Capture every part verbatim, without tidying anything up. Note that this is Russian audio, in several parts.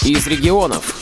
из регионов.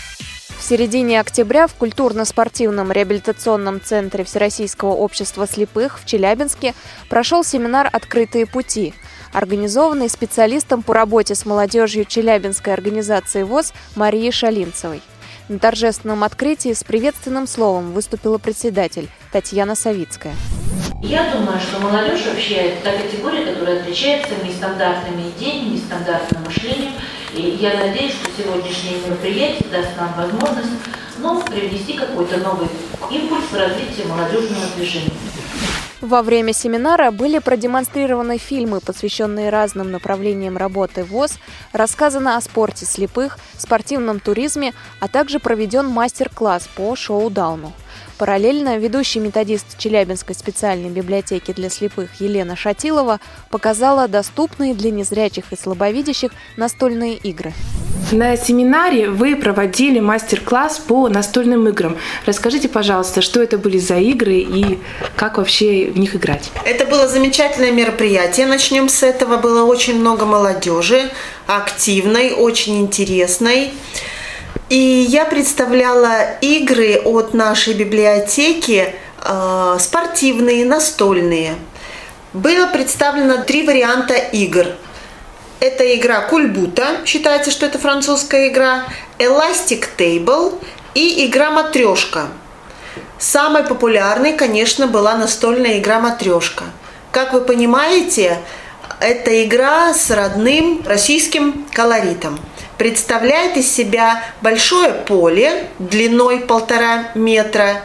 В середине октября в культурно-спортивном реабилитационном центре Всероссийского общества слепых в Челябинске прошел семинар «Открытые пути», организованный специалистом по работе с молодежью Челябинской организации ВОС Марией Шалинцевой. На торжественном открытии с приветственным словом выступила председатель Татьяна Савицкая. Я думаю, что молодежь вообще это та категория, которая отличается нестандартными идеями, нестандартным мышлением. И я надеюсь, что сегодняшнее мероприятие даст нам возможность ну, привнести какой-то новый импульс в развитие молодежного движения. Во время семинара были продемонстрированы фильмы, посвященные разным направлениям работы ВОС, рассказано о спорте слепых, спортивном туризме, а также проведен мастер-класс по шоу-дауну. Параллельно ведущий методист Челябинской специальной библиотеки для слепых Елена Шатилова показала доступные для незрячих и слабовидящих настольные игры. На семинаре вы проводили мастер-класс по настольным играм. Расскажите, пожалуйста, что это были за игры и как вообще в них играть? Это было замечательное мероприятие. Начнем с этого. Было очень много молодежи, активной, очень интересной. И я представляла игры от нашей библиотеки, э, спортивные, настольные. Было представлено три варианта игр. Это игра Кульбута, считается, что это французская игра, Elastic Table и игра Матрешка. Самой популярной, конечно, была настольная игра Матрешка. Как вы понимаете, это игра с родным российским колоритом. Представляет из себя большое поле длиной полтора метра.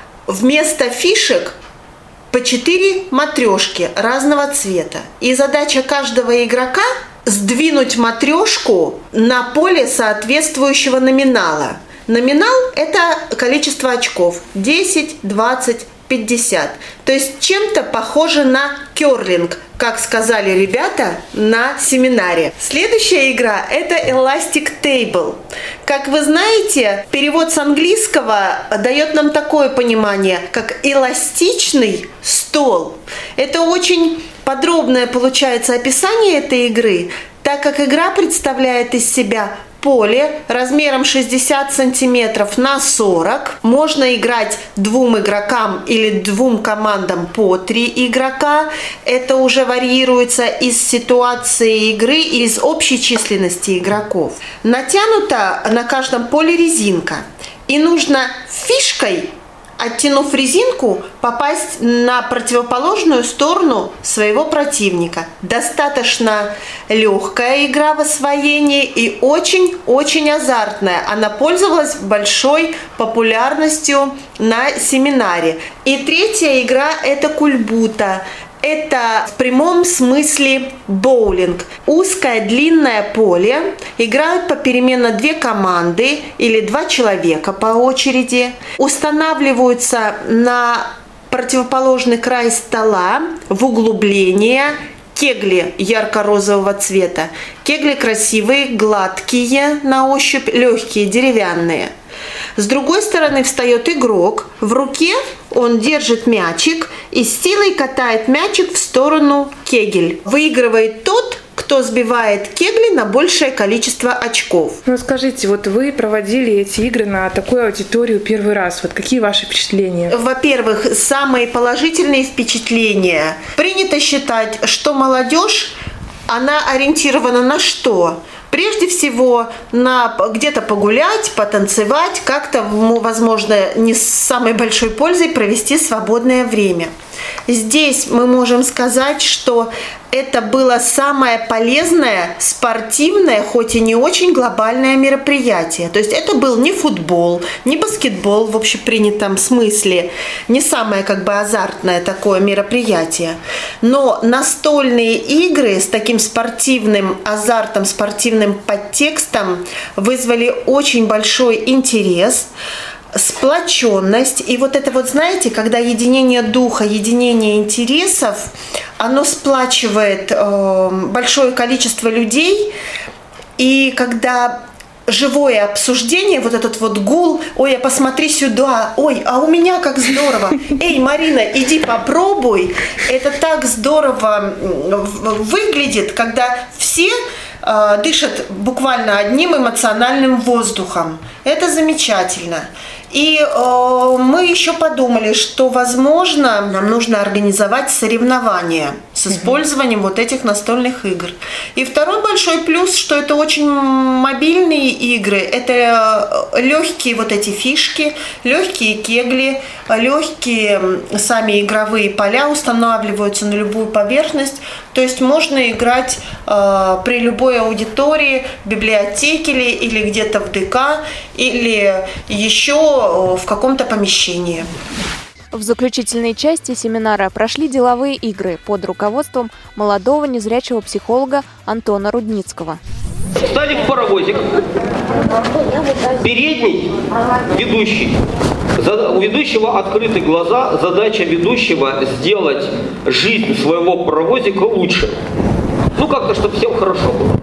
Вместо фишек по четыре матрешки разного цвета. И задача каждого игрока – сдвинуть матрешку на поле соответствующего номинала. Номинал – это количество очков – десять, двадцать, пятьдесят. То есть чем-то похоже на керлинг, как сказали ребята на семинаре. Следующая игра – это Elastic Table. Как вы знаете, перевод с английского дает нам такое понимание, как эластичный стол. Это очень подробное получается описание этой игры, так как игра представляет из себя поле размером шестьдесят сантиметров на сорок. Можно играть двум игрокам или двум командам по три игрока. Это уже варьируется из ситуации игры и из общей численности игроков. Натянута на каждом поле резинка. И нужно фишкой, оттянув резинку, попасть на противоположную сторону своего противника. Достаточно легкая игра в освоении и очень-очень азартная. Она пользовалась большой популярностью на семинаре. И третья игра – это Кульбута. Это в прямом смысле боулинг. Узкое длинное поле. Играют попеременно две команды или два человека по очереди. Устанавливаются на противоположный край стола в углубление кегли ярко-розового цвета. Кегли красивые, гладкие на ощупь, легкие, деревянные. С другой стороны встает игрок, в руке он держит мячик и с силой катает мячик в сторону кегель. Выигрывает тот, кто сбивает кегли на большее количество очков. Ну скажите, вот вы проводили эти игры на такую аудиторию первый раз. Вот какие ваши впечатления? Во-первых, самые положительные впечатления. Принято считать, что молодежь, она ориентирована на что? Прежде всего, на где-то погулять, потанцевать, как-то, возможно, не с самой большой пользой провести свободное время. Здесь мы можем сказать, что это было самое полезное, спортивное, хоть и не очень глобальное мероприятие. То есть это был не футбол, не баскетбол в общепринятом смысле, не самое как бы азартное такое мероприятие. Но настольные игры с таким спортивным азартом, спортивным подтекстом вызвали очень большой интерес, сплоченность. И вот это вот, знаете, когда единение духа, единение интересов, оно сплачивает э, большое количество людей. И когда живое обсуждение, вот этот вот гул, ой, а посмотри сюда, ой, а у меня как здорово, эй, Марина, иди попробуй. Это так здорово выглядит, когда все э, дышат буквально одним эмоциональным воздухом. Это замечательно. И э, мы еще подумали, что, возможно, нам нужно организовать соревнования с использованием вот этих настольных игр. И второй большой плюс, что это очень мобильные игры, это легкие вот эти фишки, легкие кегли, легкие сами игровые поля устанавливаются на любую поверхность. То есть можно играть э, при любой аудитории, в библиотеке ли, или где-то в ДК, или еще в каком-то помещении. В заключительной части семинара прошли деловые игры под руководством молодого незрячего психолога Антона Рудницкого. Стадик паровозик, передний ведущий. У ведущего открыты глаза, задача ведущего сделать жизнь своего паровозика лучше. Ну как-то, чтобы всем хорошо было.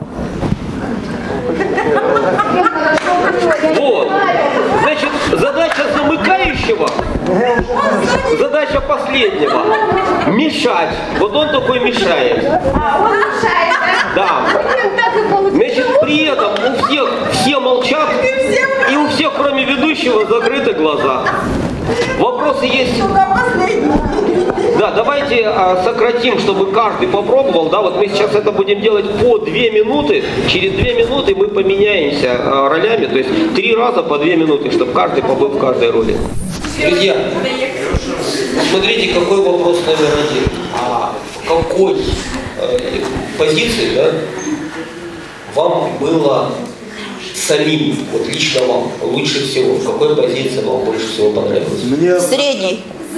Вот. Значит, задача замыкающего, задача последнего – мешать. Вот он такой мешает. Да. Значит, при этом у всех все молчат, и у всех, кроме ведущего, закрыты глаза. Вопросы есть? Да, давайте а, сократим, чтобы каждый попробовал. Да, вот мы сейчас это будем делать по две минуты. Через две минуты мы поменяемся а, ролями, то есть три раза по две минуты, чтобы каждый побыл в каждой роли. Друзья, смотрите, какой вопрос номер один. А в какой э, позиции, да, вам было самим, вот лично вам, лучше всего? В какой позиции вам больше всего понравилось? Мне... Средний.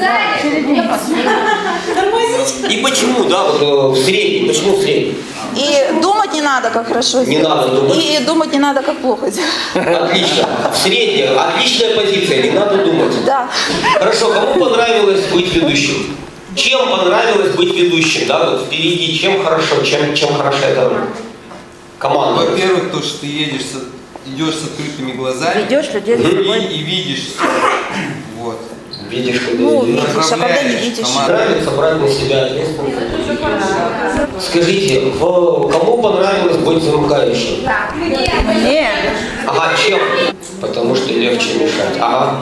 И почему, да, вот в средней, почему в средней? И думать не надо, как хорошо Не сделать. надо думать. И думать не надо, как плохо сделать. Отлично. В средней, отличная позиция, не надо думать. Да. Хорошо, кому понравилось быть ведущим? Чем понравилось быть ведущим, да, вот впереди, чем хорошо, чем, чем хороша эта роль? Команда. Во-первых, то, что ты едешь, с, идешь с открытыми глазами. Ведешь людей за собой. И, и видишь. Вот. Видишь, когда Ну, видишь. видишь, а когда не видишь. Нравится брать на себя ответственность? Скажите, в, кому понравилось быть замыкающим? Мне. Ага, чем? Потому что легче мешать. Ага.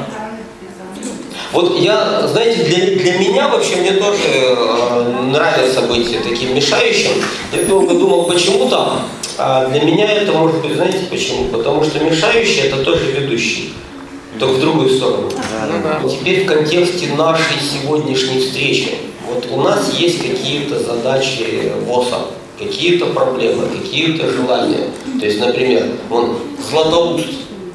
Вот я, знаете, для, для меня вообще мне тоже э, нравится быть таким мешающим. Я долго думал, почему так. А для меня это может быть, знаете почему? Потому что мешающий это тоже ведущий. Только в другую сторону. Да, да. Теперь в контексте нашей сегодняшней встречи. Вот у нас есть какие-то задачи ВОСа, какие-то проблемы, какие-то желания. То есть, например, он Златоуст,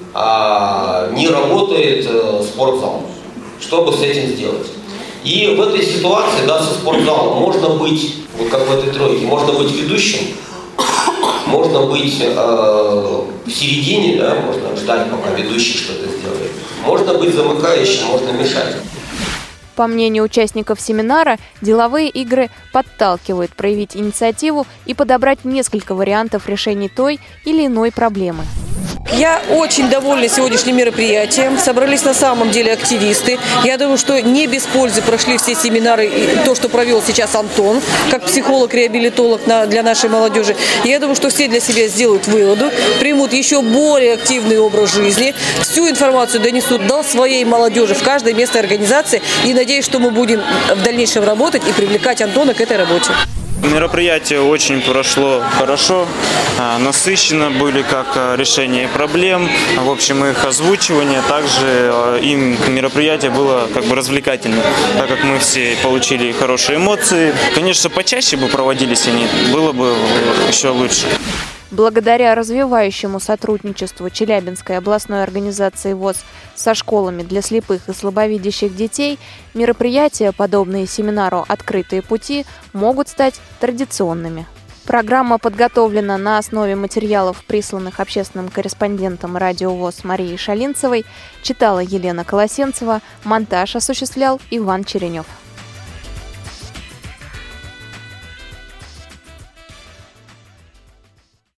а не работает э, спортзал. Что бы с этим сделать? И в этой ситуации, да, со спортзалом можно быть, вот как в этой тройке, можно быть ведущим, можно быть э, в середине, да, можно ждать, пока ведущий что-то сделает. Можно быть замыкающим, можно мешать. По мнению участников семинара, деловые игры подталкивают проявить инициативу и подобрать несколько вариантов решений той или иной проблемы. Я очень довольна сегодняшним мероприятием. Собрались на самом деле активисты. Я думаю, что не без пользы прошли все семинары и то, что провел сейчас Антон, как психолог-реабилитолог для нашей молодежи. Я думаю, что все для себя сделают выводы, примут еще более активный образ жизни, всю информацию донесут до своей молодежи в каждой местной организации. И надеюсь, что мы будем в дальнейшем работать и привлекать Антона к этой работе. Мероприятие очень прошло хорошо, насыщенно были как решение проблем, в общем их озвучивание, также им мероприятие было как бы развлекательным, так как мы все получили хорошие эмоции. Конечно, почаще бы проводились они, было бы еще лучше. Благодаря развивающему сотрудничеству Челябинской областной организации ВОС со школами для слепых и слабовидящих детей, мероприятия, подобные семинару «Открытые пути», могут стать традиционными. Программа подготовлена на основе материалов, присланных общественным корреспондентом радио ВОС Марией Шалинцевой, читала Елена Колосенцева, монтаж осуществлял Иван Черенев.